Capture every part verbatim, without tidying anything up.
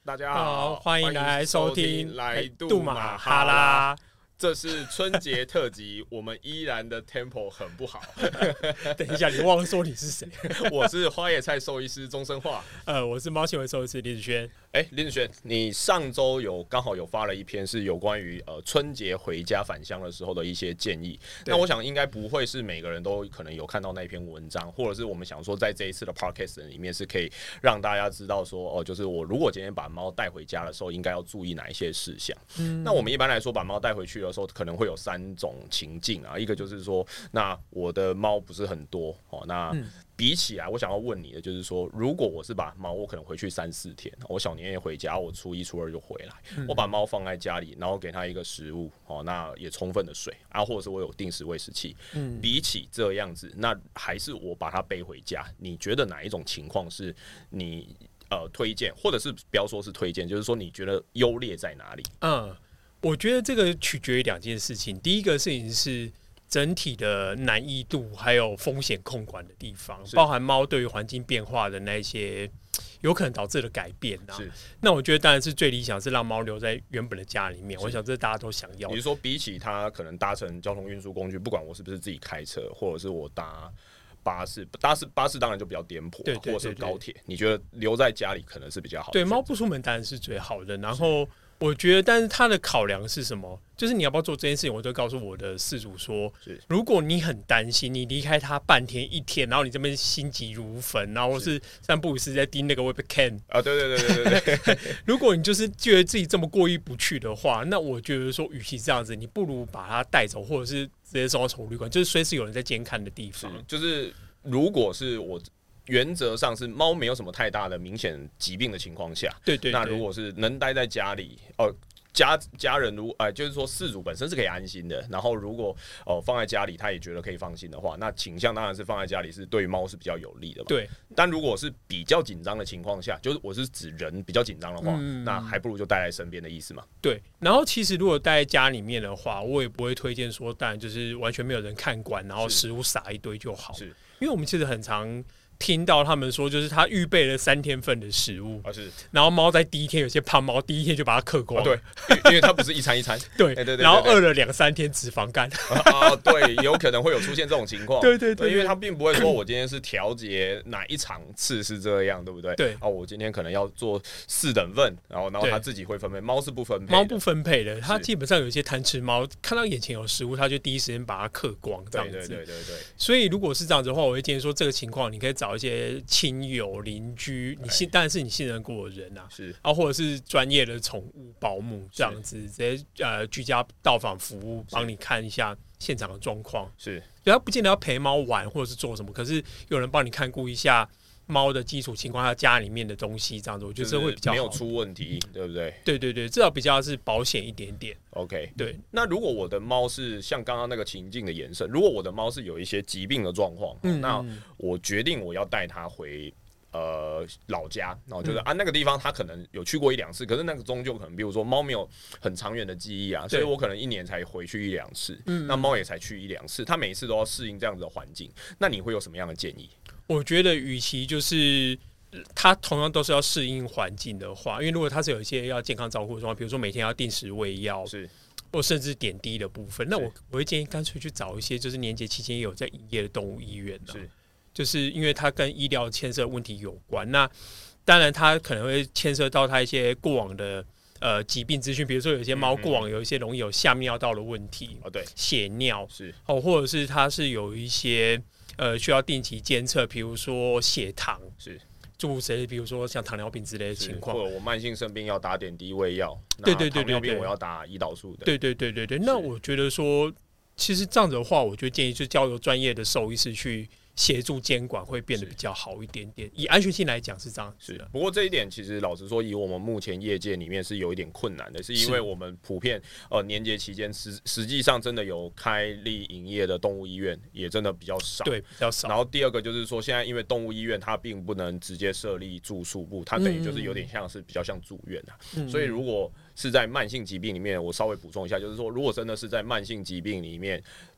大家好， 欢迎来收听来杜马哈拉。 这是春节特辑，我们依然的 tempo 很不好。 等一下，你忘了说你是谁？ 我是花野菜兽医师钟生化。 呃，我是猫行为兽医师林子轩。 哎、欸，林子轩，你上周有刚好有发了一篇是有关于呃春节回家返乡的时候的一些建议。那我想应该不会是每个人都可能有看到那篇文章，或者是我们想说在这一次的 podcast 里面是可以让大家知道说，哦，就是我如果今天把猫带回家的时候，应该要注意哪一些事项。嗯，那我们一般来说把猫带回去的时候，可能会有三种情境啊，一个就是说，那我的猫不是很多哦，那、嗯比起来，我想要问你的就是说，如果我是把猫，我可能回去三四天，我小年夜回家，我初一、初二就回来，嗯、我把猫放在家里，然后给它一个食物，哦，那也充分的水啊，或者是我有定时喂食器。嗯，比起这样子，那还是我把它背回家，你觉得哪一种情况是你呃推荐，或者是不要说是推荐，就是说你觉得优劣在哪里？ 嗯，我觉得这个取决于两件事情，第一个事情是整体的难易度还有风险控管的地方，包含猫对于环境变化的那些有可能导致的改变啊。那我觉得当然是最理想是让猫留在原本的家里面，我想这大家都想要。 你是说比起它可能搭乘交通运输工具，不管我是不是自己开车，或者是我搭巴士，巴士巴士当然就比较颠簸，对对对对，或者是高铁，你觉得留在家里可能是比较好的？ 对，猫不出门当然是最好的。然后我觉得，但是它的考量是什么？就是你要不要做这件事情，我都告诉我的饲主说，如果你很担心，你离开它半天一天，然后你这边心急如焚，然后是三不五时在盯那个 webcam 啊，对对对对对对。 如果你就是觉得自己这么过意不去的话，那我觉得说，与其这样子，你不如把它带走，或者是直接送到宠物旅馆，就是随时有人在监看的地方。 就是如果是我。原则上是猫没有什么太大的明显疾病的情况下， 对 对, 对， 那如果是能待在家里，哦、呃，家家人如呃，就是说饲主本身是可以安心的。然后如果哦、呃、放在家里，他也觉得可以放心的话，那倾向当然是放在家里是对于猫是比较有利的嘛。 对。 但如果是比较紧张的情况下，就是我是指人比较紧张的话、嗯，那还不如就带在身边的意思嘛。 对。然后其实如果待在家里面的话，我也不会推荐说，当然就是完全没有人看管，然后食物撒一堆就好。是。因为我们其实很常听到他们说，就是他预备了三天份的食物， 啊、是， 然后猫在第一天有些胖猫，第一天就把它嗑光、 啊，对，因为它不是一餐一餐， 对, 对, 对, 对, 对， 然后饿了两三天脂肪肝， 啊，对，有可能会有出现这种情况， 对对 对, 对， 因为它并不会说我今天是调节哪一场次是这样，对不对？ 对， 哦，我今天可能要做四等份，然后然后它自己会分配，猫是不分配的， 猫不分配的，它基本上有一些贪吃猫，看到眼前有食物，它就第一时间把它嗑光，这样子， 对对对对对。 所以如果是这样子的话，我会建议说，这个情况你可以找一些亲友、邻居，你信当然是你信任过的人啊， 是啊，或者是专业的宠物保姆这样子，直接呃居家到访服务，帮你看一下现场的状况。 是， 对，他不见得要陪猫玩或者是做什么，可是有人帮你看顾一下猫的基础情况，它家里面的东西这样子，我觉得这会比较好， 没有出问题，对不对？ 对对对，至少比较是保险一点点。 OK， 对。 那如果我的猫是像刚刚那个情境的延伸，如果我的猫是有一些疾病的状况、嗯，那我决定我要带它回呃老家，然后就是、嗯、啊那个地方它可能有去过一两次，可是那个终究可能，比如说猫没有很长远的记忆啊，所以我可能一年才回去一两次，嗯，那猫也才去一两次，它每一次都要适应这样子的环境，那你会有什么样的建议？ 我觉得，与其就是它同样都是要适应环境的话，因为如果它是有一些要健康照顾的状况，比如说每天要定时喂药， 是， 或甚至点滴的部分，那我我会建议干脆去找一些就是年节期间也有在营业的动物医院、啊，是，就是因为它跟医疗牵涉问题有关。那当然，它可能会牵涉到它一些过往的呃疾病资讯，比如说有些猫过往有一些容易有下泌尿道的问题， 哦，对， 血尿是， 哦，或者是它是有一些。呃，需要定期监测，比如说血糖是， 诸如此类，比如说像糖尿病之类的情况， 或者我慢性生病要打点滴喂药， 对对对对对， 糖尿病我要打胰岛素的， 对对对对对。那我觉得说，其实这样子的话，我就建议就交由专业的兽医师去协助监管，会变得比较好一点点。以安全性来讲是这样子的。 是，不过这一点其实老实说，以我们目前业界里面是有一点困难的，是因为我们普遍呃年节期间实实际上真的有开立营业的动物医院也真的比较少， 对，比较少。 然后第二个就是说，现在因为动物医院它并不能直接设立住宿部，它等于就是有点像是比较像住院啊，嗯、所以如果是在慢性疾病里面，我稍微补充一下，就是说，如果真的是在慢性疾病里面，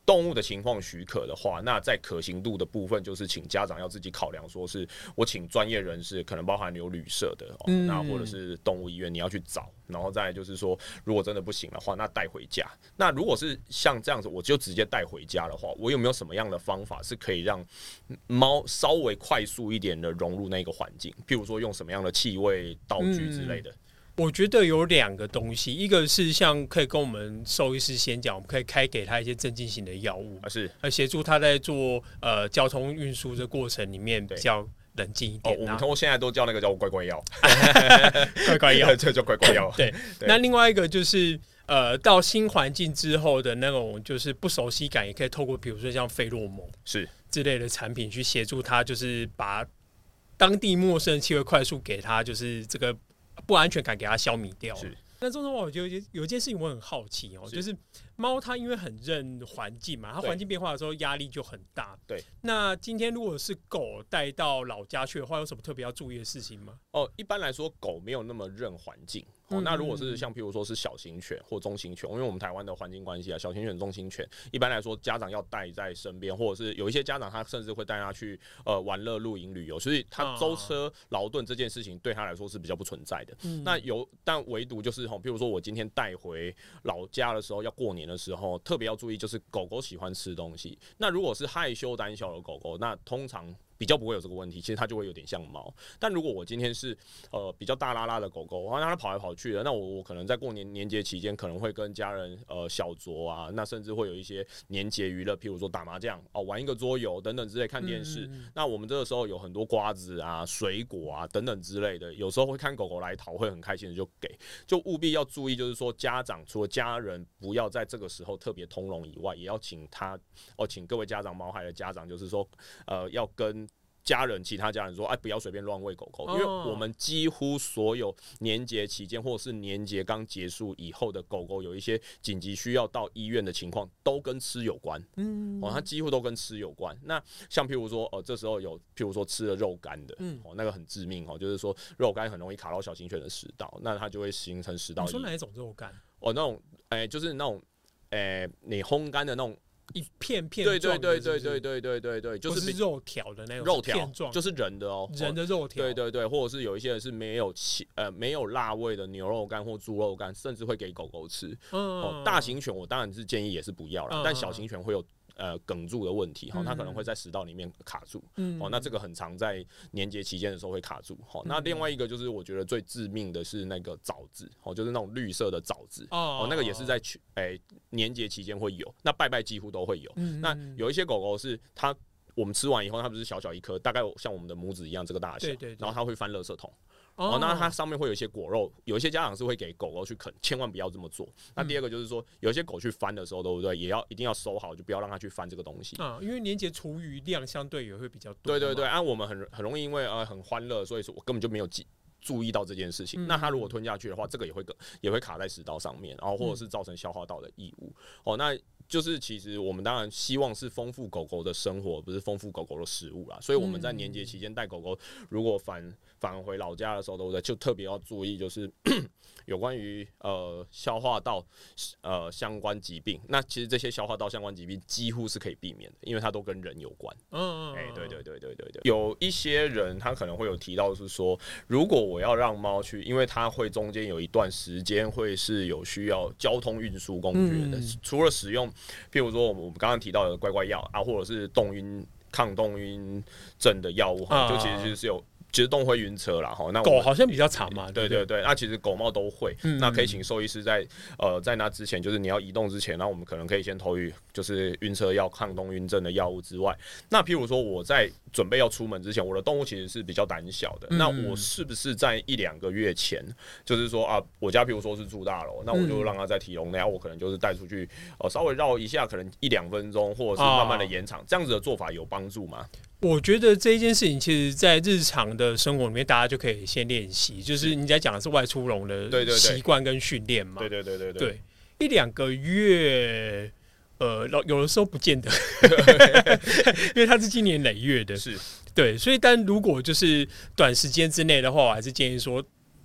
动物的情况许可的话，那在可行度的部分，就是请家长要自己考量，说是我请专业人士，可能包含有旅社的，哦嗯、那或者是动物医院，你要去找，然后再来就是说，如果真的不行的话，那带回家。那如果是像这样子，我就直接带回家的话，我有没有什么样的方法是可以让猫稍微快速一点的融入那个环境？譬如说用什么样的气味、道具之类的？嗯我觉得有两个东西，一个是像可以跟我们兽医师先讲，我们可以开给他一些镇静型的药物， 啊是， 而协助他在做呃交通运输的过程里面比较冷静一点。 哦，我们通过现在都叫那个叫乖乖药， 乖乖药， 这叫乖乖药。 对，那另外一个就是呃到新环境之后的那种就是不熟悉感，也可以透过比如说像费洛蒙是之类的产品去协助他，就是把当地陌生的气味快速给他，就是这个。不安全感给它消弭掉。是，那这种话，我觉得有一件事情我很好奇哦、喔，就是猫它因为很认环境嘛，它环境变化的时候压力就很大。 对， 那今天如果是狗带到老家去的话，有什么特别要注意的事情吗？ 哦，一般来说狗没有那么认环境。哦，那如果是像譬如说是小型犬或中型犬，因为我们台湾的环境关系啊，小型犬、中型犬一般来说家长要带在身边，或者是有一些家长他甚至会带他去呃玩乐、露营、旅游，所以他舟车劳顿这件事情对他来说是比较不存在的。嗯、那有，但唯独就是譬如说我今天带回老家的时候，要过年的时候，特别要注意就是狗狗喜欢吃东西。那如果是害羞胆小的狗狗，那通常比较不会有这个问题，其实它就会有点像猫。但如果我今天是呃比较大拉拉的狗狗，然后让它跑来跑去的，那我我可能在过年年节期间，可能会跟家人呃小酌啊，那甚至会有一些年节娱乐，譬如说打麻将哦，玩一个桌游等等之类，看电视。嗯、那我们这个时候有很多瓜子啊、水果啊等等之类的，有时候会看狗狗来讨，会很开心的就给，就务必要注意，就是说家长除了家人不要在这个时候特别通融以外，也要请他哦，请各位家长毛孩的家长，就是说呃要跟家人、其他家人说，哎，不要随便乱喂狗狗，因为我们几乎所有年节期间，或者是年节刚结束以后的狗狗，有一些紧急需要到医院的情况，都跟吃有关。嗯，哦，它几乎都跟吃有关。那像譬如说，呃，这时候有譬如说吃了肉干的，嗯，哦，那个很致命哦，就是说肉干很容易卡到小型犬的食道，那它就会形成食道炎。 你说哪一种肉干？ 哦，那种，哎、欸，就是那种，哎、欸，你烘干的那种。 一片片对对对对对对对对对， 就是不是肉条的那种肉条，就是人的哦， 人的肉条。 对对对，或者是有一些人是没有呃没有辣味的牛肉干或猪肉干，甚至会给狗狗吃。嗯，哦，大型犬我当然是建议也是不要啦，嗯、但小型犬会有。呃，哽住的问题，哈，它可能会在食道里面卡住，嗯，哦，那这个很常在年节期间的时候会卡住，好，那另外一个就是我觉得最致命的是那个枣子，哦，就是那种绿色的枣子，哦，那个也是在去，哎、欸，年节期间会有，那拜拜几乎都会有，嗯、那有一些狗狗是它，我们吃完以后，它不是小小一颗，大概像我们的拇指一样这个大小，对对对，然后它会翻垃圾桶。哦，那它上面会有一些果肉，有一些家长是会给狗狗去啃，千万不要这么做。那第二个就是说，有一些狗去翻的时候，对不对？也要一定要收好，就不要让它去翻这个东西啊，因为年节厨余量相对也会比较多。 对对对，啊，我们很很容易因为呃很欢乐，所以说我根本就没有记。注意到这件事情，嗯、那它如果吞下去的话，这个也会也会卡在食道上面，然后或者是造成消化道的异物。哦，那就是其实我们当然希望是丰富狗狗的生活，不是丰富狗狗的食物啦。所以我们在年节期间带狗狗，如果返返回老家的时候，对不对？就特别要注意，就是有关于呃消化道呃相关疾病。那其实这些消化道相关疾病几乎是可以避免的，因为它都跟人有关。嗯，哎、欸，对对对对对对。有一些人他可能会有提到是说，如果我要让猫去，因为它会中间有一段时间会是有需要交通运输工具的，嗯、除了使用，譬如说我们刚刚提到的乖乖药啊，或者是动晕抗动晕症的药物，啊、就其实是有。其实动物会晕车啦，哈，那狗好像比较长嘛， 对对对，那其实狗猫都会，嗯、那可以请兽医师在呃在那之前，就是你要移动之前，那我们可能可以先投予就是晕车药、抗动晕症的药物之外，那譬如说我在准备要出门之前，我的动物其实是比较胆小的，嗯、那我是不是在一两个月前，就是说啊，我家譬如说是住大楼，那我就让它在体笼内，我可能就是带出去，呃，稍微绕一下，可能一两分钟，或者是慢慢的延长，啊、这样子的做法有帮助吗？ 我觉得这一件事情，其实在日常的生活里面，大家就可以先练习。就是你在讲的是外出笼的习惯跟训练嘛。 对对对对对。 对，一两个月，呃，有的时候不见得，因为它是经年累月的。 是。 对，所以但如果就是短时间之内的话，我还是建议说，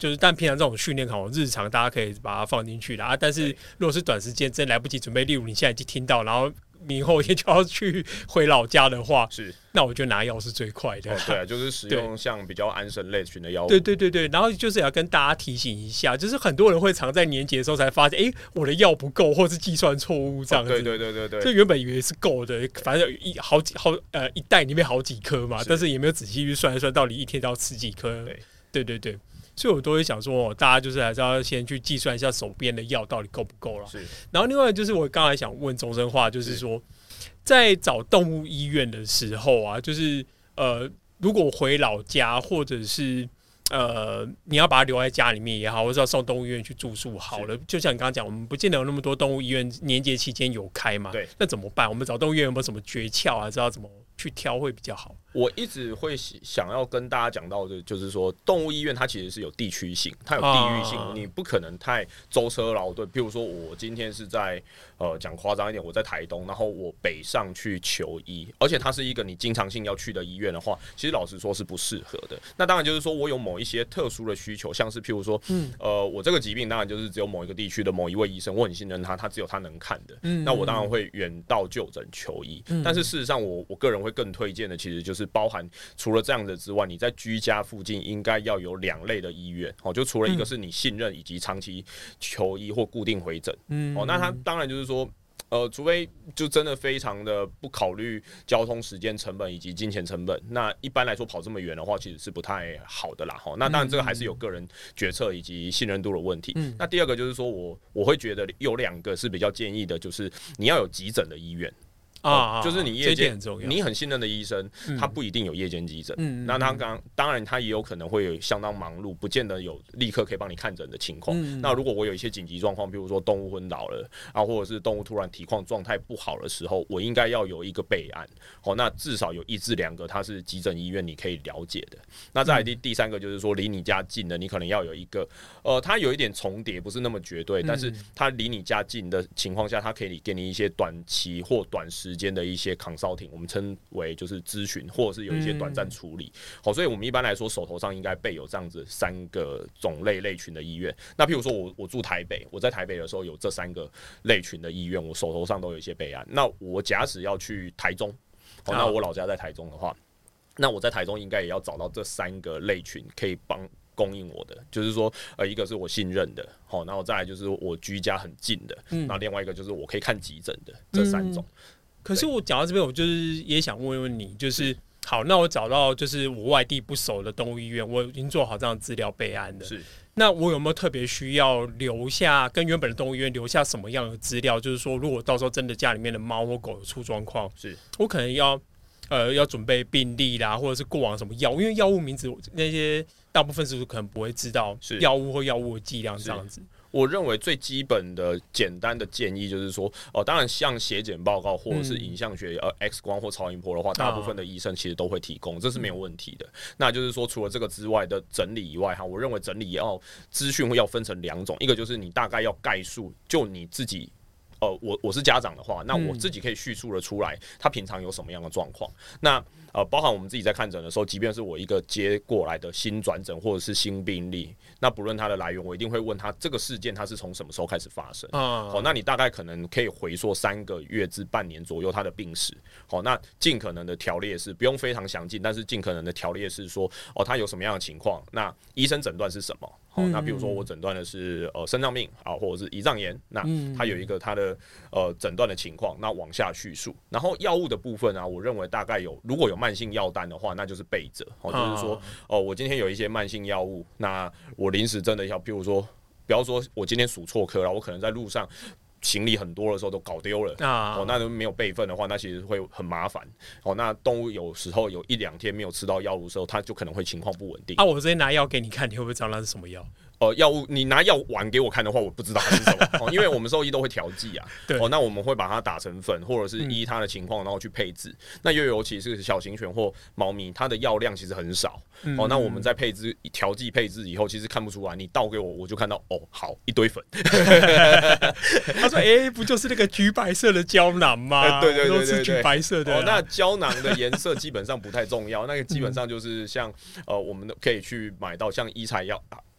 就是但平常这种训练好日常大家可以把它放进去啦、啊、但是如果是短时间真来不及准备，例如你现在已经听到，然后明后天就要去回老家的话， 是， 那我觉得拿药是最快的。 哦，对啊，就是使用像比较安神类群的药物。 对对对对，然后就是要跟大家提醒一下，就是很多人会常在年节的时候才发现，哎，我的药不够，或是计算错误这样子。 哦、对对对对对， 就原本以为是够的，反正有一好几好呃一袋里面好几颗嘛，是但是也没有仔细去算一算，到底一天要吃几颗。对对对对。所以我都会想说，大家就是还是要先去计算一下手边的药到底够不够了。然后另外就是我刚才想问钟生化，就是说，在找动物医院的时候啊，就是呃，如果回老家或者是呃，你要把它留在家里面也好，或者要送动物医院去住宿好了，就像你刚刚讲，我们不见得有那么多动物医院年节期间有开嘛， 对， 那怎么办？我们找动物医院有没有什么诀窍啊？知道怎么去挑会比较好？ 我一直会想要跟大家讲到的，就是说动物医院它其实是有地区性，它有地域性，啊、你不可能太舟车劳顿。譬如说我今天是在呃讲夸张一点，我在台东，然后我北上去求医，而且它是一个你经常性要去的医院的话，其实老实说是不适合的。那当然就是说我有某一些特殊的需求，像是譬如说，嗯、呃，我这个疾病当然就是只有某一个地区的某一位医生，我很信任他，他只有他能看的，嗯、那我当然会远道就诊求医。嗯、但是事实上我，我我个人会更推荐的，其实就是包含除了这样的之外，你在居家附近应该要有两类的医院，哦，就除了一个是你信任以及长期求医或固定回诊，嗯，哦，那他当然就是说。呃，除非就真的非常的不考虑交通时间成本以及金钱成本，那一般来说跑这么远的话，其实是不太好的啦。哈，那当然这个还是有个人决策以及信任度的问题。嗯、那第二个就是说我我会觉得有两个是比较建议的，就是你要有急诊的医院。啊，就是你夜间，你很信任的医生，嗯、他不一定有夜间急诊。嗯、那他刚当然他也有可能会有相当忙碌，不见得有立刻可以帮你看诊的情况。嗯、那如果我有一些紧急状况，比如说动物昏倒了啊，或者是动物突然体况状态不好的时候，我应该要有一个备案。哦，那至少有一至两个，它是急诊医院你可以了解的。那再来第第三个就是说，离你家近的，你可能要有一个，呃，它有一点重叠，不是那么绝对，但是它离你家近的情况下，它可以给你一些短期或短时。时间的一些 consulting， 我们称为就是咨询，或者是有一些短暂处理。好、嗯，所以我们一般来说手头上应该备有这样子三个种类类群的医院。那譬如说我我住台北，我在台北的时候有这三个类群的医院，我手头上都有一些备案。那我假使要去台中，好，那我老家在台中的话，那我在台中应该也要找到这三个类群可以帮。供应我的就是说，呃，一个是我信任的，好，然后再来就是我居家很近的，嗯，那另外一个就是我可以看急诊的，这三种。嗯、 可是我讲到这边，我就是也想问问你，就是好，那我找到就是我外地不熟的动物医院，我已经做好这样的资料备案了， 是。 那我有没有特别需要留下跟原本的动物医院留下什么样的资料？就是说，如果到时候真的家里面的猫或狗有出状况， 是我可能要呃要准备病历啦，或者是过往什么药物，因为药物名字那些。大部分是不是可能不会知道药物或药物的剂量这样子？ 我认为最基本的、简单的建议就是说，哦，当然像血检报告或者是影像学、呃 X 光或超音波的话，大部分的医生其实都会提供，这是没有问题的。那就是说，除了这个之外的整理以外，哈，我认为整理要资讯会要分成两种，一个就是你大概要概述，就你自己。呃，我我是家长的话，那我自己可以叙述了出来，他平常有什么样的状况。那呃，包含我们自己在看诊的时候，即便是我一个接过来的新转诊或者是新病例，那不论它的来源，我一定会问他这个事件它是从什么时候开始发生。啊，好，那你大概可能可以回溯三个月至半年左右他的病史。好，那尽可能的条列是不用非常详尽，但是尽可能的条列是说，哦，他有什么样的情况，那医生诊断是什么？好，那比如说我诊断的是呃肾脏病啊，或者是胰脏炎，那他有一个他的呃诊断的情况，那往下叙述。然后药物的部分啊，我认为大概有如果有慢性药单的话，那就是备着。哦，就是说哦，我今天有一些慢性药物，那我临时真的要，比如说，不要说我今天数错科了，我可能在路上。行李很多的时候都搞丢了啊，哦，那没有备份的话，那其实会很麻烦。哦，那动物有时候有一两天没有吃到药物的时候，它就可能会情况不稳定。 啊，我直接拿药给你看，你会不会知道那是什么药？ 呃，药物你拿药丸给我看的话，我不知道它是什么，哦，因为我们兽医都会调剂啊。对，哦，那我们会把它打成粉，或者是依它的情况，然后去配置。嗯、那又尤其是小型犬或猫咪，它的药量其实很少。嗯、哦，那我们在配置调剂配置以后，其实看不出来。你倒给我，我就看到哦，好一堆粉。 他说：“哎、欸，不就是那个橘白色的胶囊吗？ 对对对对对， 都是橘白色的、啊。 哦，那胶囊的颜色基本上不太重要，那个基本上就是像呃，我们可以去买到像医材药。”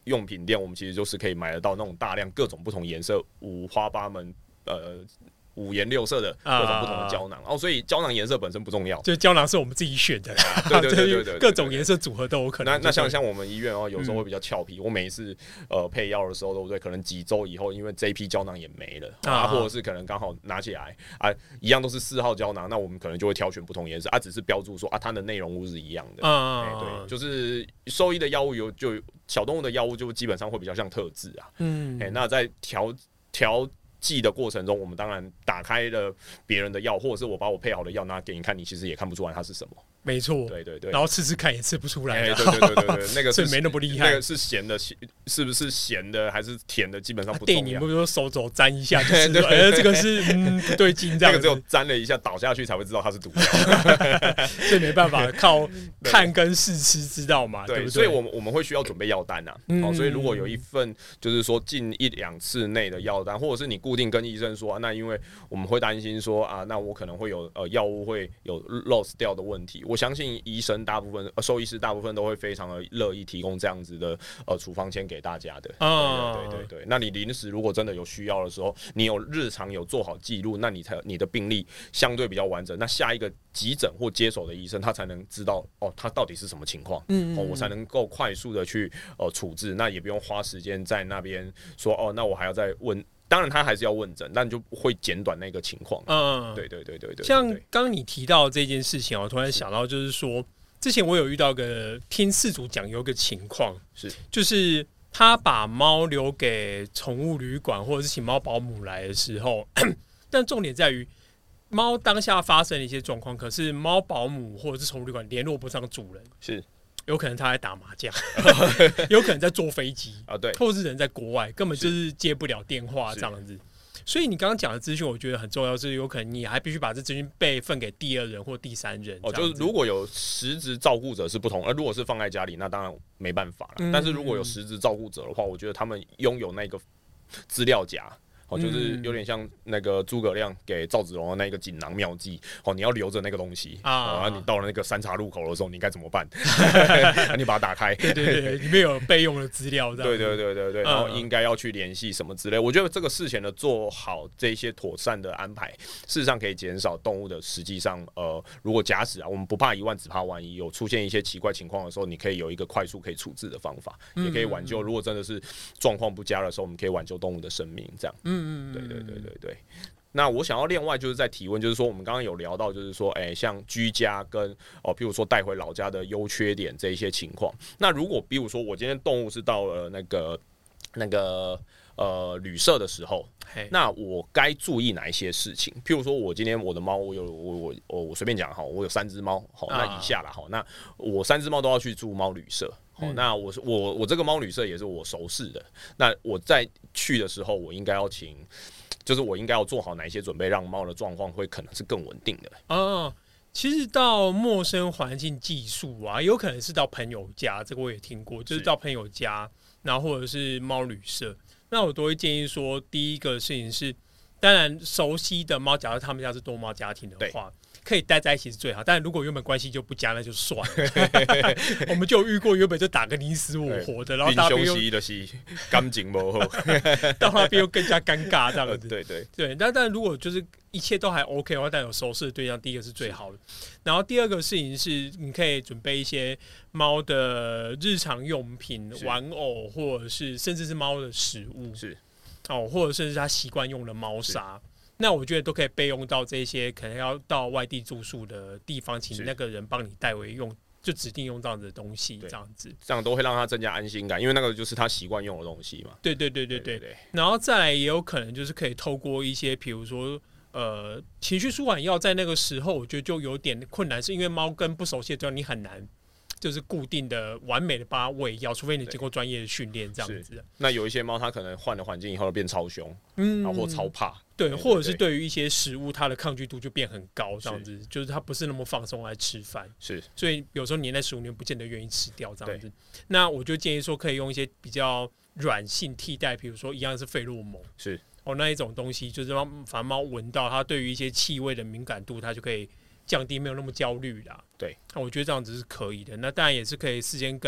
用品店，我们其实就是可以买得到那种大量各种不同颜色、五花八门，呃。五颜六色的各种不同的胶囊，然后、啊哦、所以胶囊颜色本身不重要， 就胶囊是我们自己选的， 对对对对对， 各种颜色组合都有可能。 那那像像我们医院哦，有时候会比较俏皮，嗯、我每一次呃配药的时候，对不对？可能几周以后，因为这一批胶囊也没了啊，啊或者是可能刚好拿起来啊，一样都是四号胶囊，那我们可能就会挑选不同颜色啊，只是标注说啊，它的内容物是一样的。啊、欸，对，就是兽医的药物有就小动物的药物就基本上会比较像特制啊，嗯，哎、欸，那在调调。记的过程中，我们当然打开了别人的药，或者是我把我配好的药拿给你看，你其实也看不出来它是什么。 没错， 对对对， 然后吃吃看也吃不出来、 欸，对对对对对，那个是没那么厉害， 那个是咸的，是不是咸的还是甜的，基本上不重要。 电影不是说手肘沾一下就是说，哎、欸，这个是嗯不对劲，这样那个只有沾了一下倒下去才会知道它是毒药， 所以没办法靠看跟试吃知道嘛，对, 对不对？ 所以我们我们会需要准备药单啊，嗯哦、所以如果有一份就是说近一两次内的药单，或者是你固定跟医生说、啊，那因为我们会担心说啊，那我可能会有呃药物会有 loss 掉的问题，我相信医生。大部分呃兽医师大部分都会非常的乐意提供这样子的呃处方签给大家的。啊，对对对对。那你临时如果真的有需要的时候，你有日常有做好记录，那你才你的病历相对比较完整。那下一个急诊或接手的医生，他才能知道哦，他到底是什么情况，嗯, 嗯, 嗯、哦，我才能够快速的去呃处置。那也不用花时间在那边说哦，那我还要再问。当然，他还是要问诊，但就会简短那个情况。嗯，对对对对对。 像刚你提到这件事情，我突然想到，就是说。之前我有遇到一个听饲主讲有一个情况，是就是他把猫留给宠物旅馆或者是请猫保姆来的时候，但重点在于猫当下发生了一些状况，可是猫保姆或者是宠物旅馆联络不上主人， 是有可能他在打麻将，有可能在坐飞机啊，对，或者是人在国外，根本就是接不了电话这样子。所以你刚刚讲的资讯，我觉得很重要，是有可能你还必须把这资讯备份给第二人或第三人。 哦，就是如果有实质照顾者是不同，而如果是放在家里，那当然没办法了。嗯、但是如果有实质照顾者的话，我觉得他们拥有那个资料夹。哦，就是有点像那个诸葛亮给赵子龙的那个锦囊妙计。哦，你要留着那个东西啊，然后你到了那个三岔路口的时候，你该怎么办？你把它打开。 对对对，里面有备用的资料。 对对对对对，然后应该要去联系什么之类。我觉得这个事前的做好这些妥善的安排，事实上可以减少动物的实际上，呃，如果假使啊，我们不怕一万，只怕万一，有出现一些奇怪情况的时候，你可以有一个快速可以处置的方法，也可以挽救。如果真的是状况不佳的时候，我们可以挽救动物的生命，这样。嗯。嗯，对对对对对。那我想要另外就是在提问，就是说我们刚刚有聊到，就是说，哎、欸，像居家跟哦，譬如说带回老家的优缺点这一些情况。那如果比如说我今天动物是到了那个那个呃旅社的时候，那我该注意哪一些事情？譬如说我今天我的猫，我有我我我我随便讲哈，我有三只猫，好，那以下啦，好，那我三只猫都要去住猫旅社。好，那我我我这个猫旅社也是我熟识的。那我在去的时候，我应该要请，就是我应该要做好哪一些准备，让猫的状况会可能是更稳定的。 哦，其实到陌生环境寄宿啊，有可能是到朋友家，这个我也听过，就是到朋友家，然后或者是猫旅社。那我都会建议说，第一个事情是，当然熟悉的猫，假如他们家是多猫家庭的话。可以待在一起是最好，但如果原本关系就不佳，那就算了。我们就有遇过原本就打个你死我活的，然后大家又的是感情不好， 到那边又更加尴尬这样子。 对对对，但但如果就是一切都还 OK 的话，但有熟识的对象，第一个是最好的。然后第二个事情是，你可以准备一些猫的日常用品、玩偶，或者是甚至是猫的食物，是哦，或者甚至是它习惯用的猫砂。那我觉得都可以备用到这些可能要到外地住宿的地方，请那个人帮你代为用，就指定用这样子的东西，这样子， 这样都会让他增加安心感，因为那个就是他习惯用的东西嘛。 对对对对 对, 对, 对, 对。然后再来也有可能就是可以透过一些，比如说呃情绪舒缓药，在那个时候我觉得就有点困难，是因为猫跟不熟悉的对象你很难。就是固定的、完美的帮它喂药，除非你经过专业的训练这样子。 那有一些猫，它可能换了环境以后变超凶，嗯，然后或超怕， 对，对或者是对于一些食物，它的抗拒度就变很高，这样子，是就是它不是那么放松来吃饭，是，所以有时候黏在食物里面不见得愿意吃掉这样子。那我就建议说，可以用一些比较软性替代，比如说一样是费洛蒙，是哦那一种东西，就是让反正猫闻到，它对于一些气味的敏感度，它就可以降低，没有那么焦虑啦。对，那我觉得这样子是可以的。那当然也是可以事先跟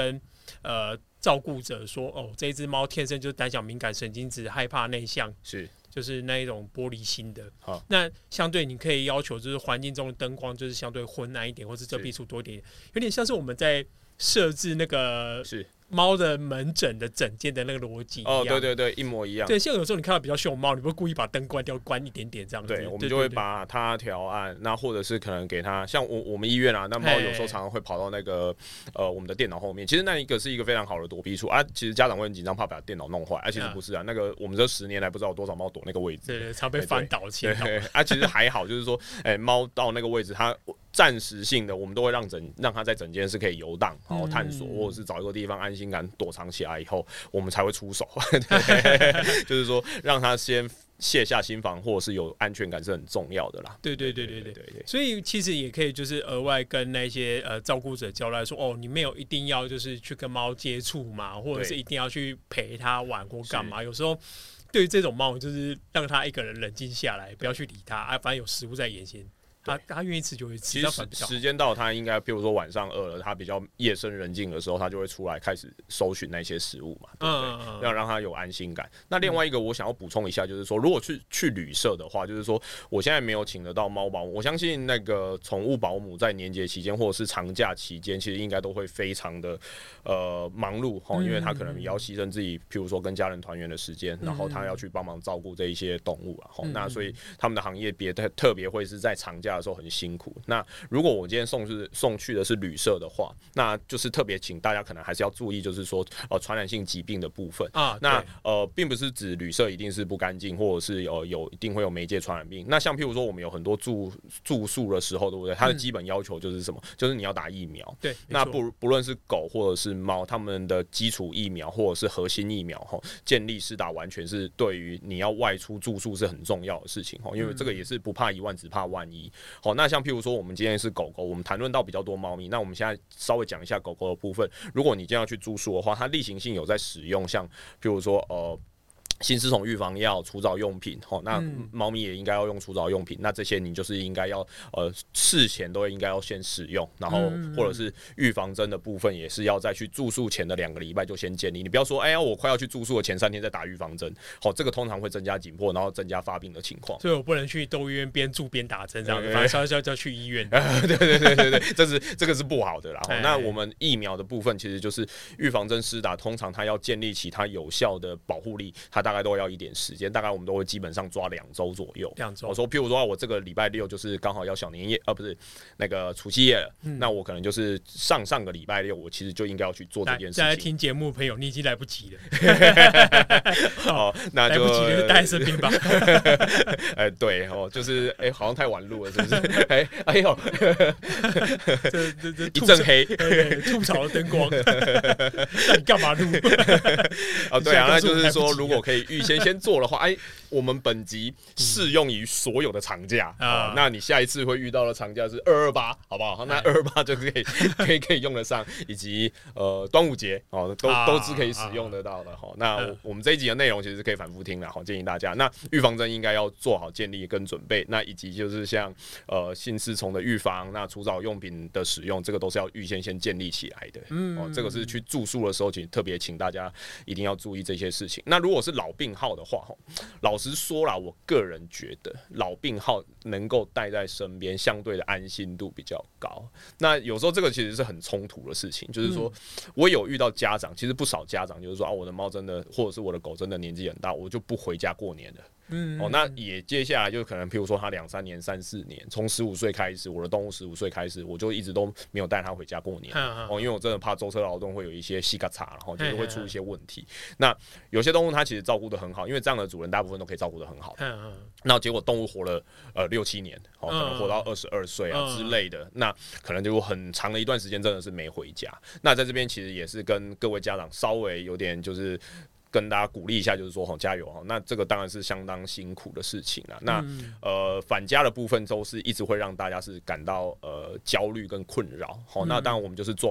呃照顾者说，哦，这一只猫天生就是胆小、敏感、神经质、害怕、内向， 是就是那一种玻璃心的。 好， 那相对你可以要求就是环境中的灯光就是相对昏暗一点，或是遮蔽处多一点，有点像是我们在设置那个是。 猫的门诊的诊间的那个逻辑哦，对对对，一模一样。 对，像有时候你看到比较凶猫，你会故意把灯关掉，关一点点这样子。 对，我们就会把它调暗，那或者是可能给它，像我我们医院啊，那猫有时候常常会跑到那个呃我们的电脑后面，其实那一个是一个非常好的躲避处啊。其实家长会很紧张，怕把电脑弄坏，啊，其实不是啊，那个我们这十年来不知道有多少猫躲那个位置， 对对，常被翻倒、切倒。 啊，其实还好，就是说，哎、欸，猫到那个位置，它暂时性的，我们都会让整让它在整间是可以游荡，然后探索，或者是找一个地方安心感躲藏起来以后，我们才会出手。就是说，让它先卸下心防，或者是有安全感是很重要的啦。 对对对对对对对。所以其实也可以就是额外跟那些呃照顾者交代说，哦，你没有一定要就是去跟猫接触嘛，或者是一定要去陪它玩或干嘛。有时候对于这种猫，就是让它一个人冷静下来，不要去理它啊，反正有食物在眼前。他他愿意吃就会吃。 其实时间到，他应该，比如说晚上饿了，他比较夜深人静的时候，他就会出来开始搜寻那些食物嘛，对不对？嗯嗯嗯，要让他有安心感。那另外一个，我想要补充一下，就是说，如果去去旅社的话，就是说，我现在没有请得到猫保姆，我相信那个宠物保姆在年节期间或者是长假期间，其实应该都会非常的呃忙碌哈，因为他可能也要牺牲自己，譬如说跟家人团圆的时间，然后他要去帮忙照顾这一些动物啊。嗯嗯，那所以他们的行业别特特别会是在长假的时候很辛苦。那如果我今天送是送去的是旅社的话，那就是特别请大家可能还是要注意，就是说呃传染性疾病的部分啊。那呃并不是指旅社一定是不干净，或者是有有一定会有媒介传染病。那像譬如说我们有很多住住宿的时候，对不对？它的基本要求就是什么？嗯、就是你要打疫苗。 对。 那不不论是狗或者是猫，它们的基础疫苗或者是核心疫苗哈，建立施打完全是对于你要外出住宿是很重要的事情哈，因为这个也是不怕一万只怕万一。好，那像譬如说我们今天是狗狗，我们谈论到比较多猫咪，那我们现在稍微讲一下狗狗的部分。如果你今天要去住宿的话，它例行性有在使用，像譬如说呃。新丝虫预防药、除藻用品，吼，那猫咪也应该要用除藻用品。那这些你就是应该要呃事前都应该要先使用，然后或者是预防针的部分也是要在去住宿前的两个礼拜就先建立。你不要说，哎呀，我快要去住宿的前三天再打预防针，好，这个通常会增加紧迫，然后增加发病的情况。 所以我不能去动物医院边住边打针这样子，反正要要去医院。 对对对对对，这是这个是不好的啦。那我们疫苗的部分其实就是预防针施打，通常它要建立起它有效的保护力，它大概都要一点时间，大概我们都会基本上抓两周左右。 两周。 我说，譬如说我这个礼拜六就是刚好要小年夜，呃，不是那个除夕夜了，嗯、那我可能就是上上个礼拜六，我其实就应该要去做这件事情。 在听节目的朋友，你已经来不及了。 哦，那就来不及了，就带生病吧。 哎，对哦，就是哎、欸，好像太晚录了，是不是？哎，哎呦， 这这这一阵黑， 吐槽的灯光，那你干嘛录？ 哦，对啊，那就是说，如果可以预先先做的话，哎，我们本集适用于所有的长假啊、嗯哦。那你下一次会遇到的长假是二二八，好不好？那二二八就可以可以可以用得上，以及呃端午节哦，都都是可以使用得到的哈、哦。那我们这一集的内容其实可以反复听啦，好，建议大家。那预防针应该要做好建立跟准备，那以及就是像呃新丝虫的预防，那除藻用品的使用，这个都是要预先先建立起来的。嗯，哦，这个是去住宿的时候，请特别请大家一定要注意这些事情。那如果是老病号的话，老实说啦，我个人觉得老病号能够带在身边，相对的安心度比较高。那有时候这个其实是很冲突的事情，就是说我有遇到家长，其实不少家长就是说啊，我的猫真的或者是我的狗真的年纪很大，我就不回家过年了。嗯，哦，那也接下来就可能，譬如说他两三年、三四年，从十五岁开始，我的动物十五岁开始，我就一直都没有带他回家过年。哦，因为我真的怕舟车劳顿会有一些细嘎叉，然后就是会出一些问题。那有些动物它其实照顾得很好，因为这样的主人大部分都可以照顾得很好。那结果动物活了呃六七年，哦，可能活到二十二岁啊之类的，那可能就很长的一段时间真的是没回家。那在这边其实也是跟各位家长稍微有点就是。跟大家鼓励一下，就是说哈，加油哈！那这个当然是相当辛苦的事情啊。那、嗯、呃，返家的部分都是一直会让大家是感到呃焦虑跟困扰。好、嗯，那当然我们就是做好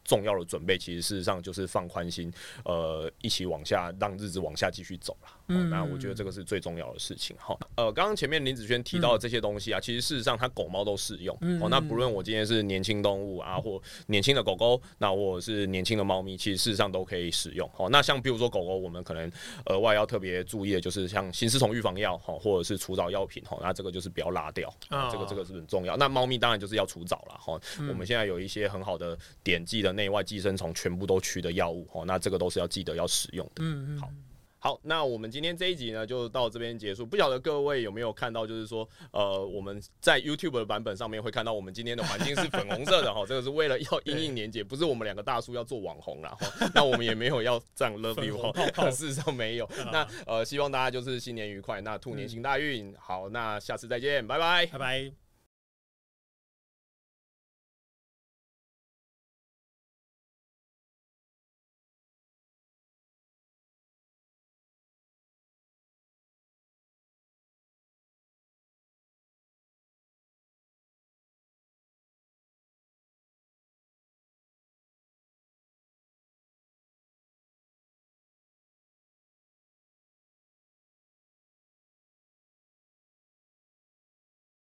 重要的准备，其实事实上就是放宽心，呃，一起往下，让日子往下继续走啦。嗯，那我觉得这个是最重要的事情哈。呃，刚刚前面林子轩提到的这些东西啊，嗯、其实事实上它狗猫都适用。嗯、哦，那不论我今天是年轻动物啊，或年轻的狗狗，那或者是年轻的猫咪，其实事实上都可以使用。好、哦，那像比如说狗狗，我们可能额外要特别注意的就是像新丝虫预防药，哈、哦，或者是除藻药品，哈、哦，那这个就是不要落掉，哦、这个这个是很重要。那猫咪当然就是要除藻了，哈、哦。嗯、我们现在有一些很好的点剂的内外寄生虫全部都驱的药物，哈、哦，那这个都是要记得要使用的。嗯嗯，好。好，那我们今天这一集呢，就到这边结束。不晓得各位有没有看到，就是说，呃，我们在 YouTube 的版本上面会看到，我们今天的环境是粉红色的哈，这个是为了要因应年节，不是我们两个大叔要做网红啦哈。那我们也没有要这样 love you 哈，事实上没有。那呃，希望大家就是新年愉快，那兔年行大运。好，那下次再见，拜拜， 拜拜。